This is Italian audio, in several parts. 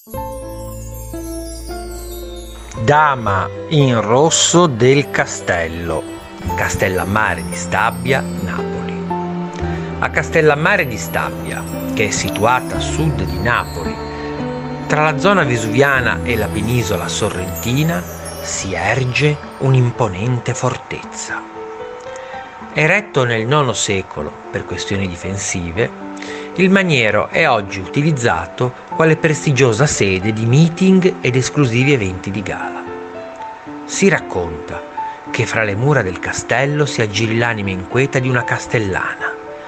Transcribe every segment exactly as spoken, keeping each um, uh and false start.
Dama in rosso del castello, Castellammare di Stabia, Napoli. A Castellammare di Stabia, che è situata a sud di Napoli, tra la zona vesuviana e la penisola sorrentina, si erge un'imponente fortezza. Eretto nel nono secolo per questioni difensive, il maniero è oggi utilizzato quale prestigiosa sede di meeting ed esclusivi eventi di gala. Si racconta che fra le mura del castello si aggiri l'anima inquieta di una castellana.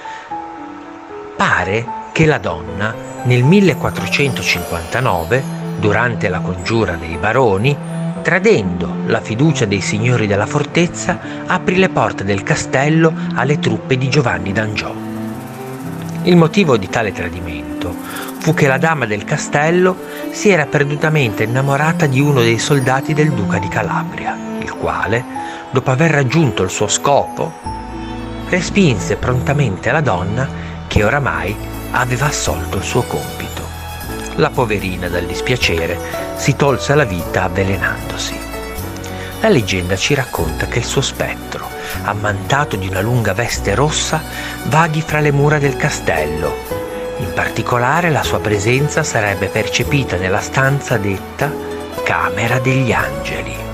Pare che la donna, nel millequattrocentocinquantanove, durante la congiura dei baroni, tradendo la fiducia dei signori della fortezza, aprì le porte del castello alle truppe di Giovanni d'Angiò. Il motivo di tale tradimento fu che la dama del castello si era perdutamente innamorata di uno dei soldati del duca di Calabria, il quale, dopo aver raggiunto il suo scopo, respinse prontamente la donna che oramai aveva assolto il suo compito. La poverina, dal dispiacere, si tolse la vita avvelenandosi. La leggenda ci racconta che il suo spettro, ammantato di una lunga veste rossa, vaghi fra le mura del castello. In particolare la sua presenza sarebbe percepita nella stanza detta Camera degli Angeli.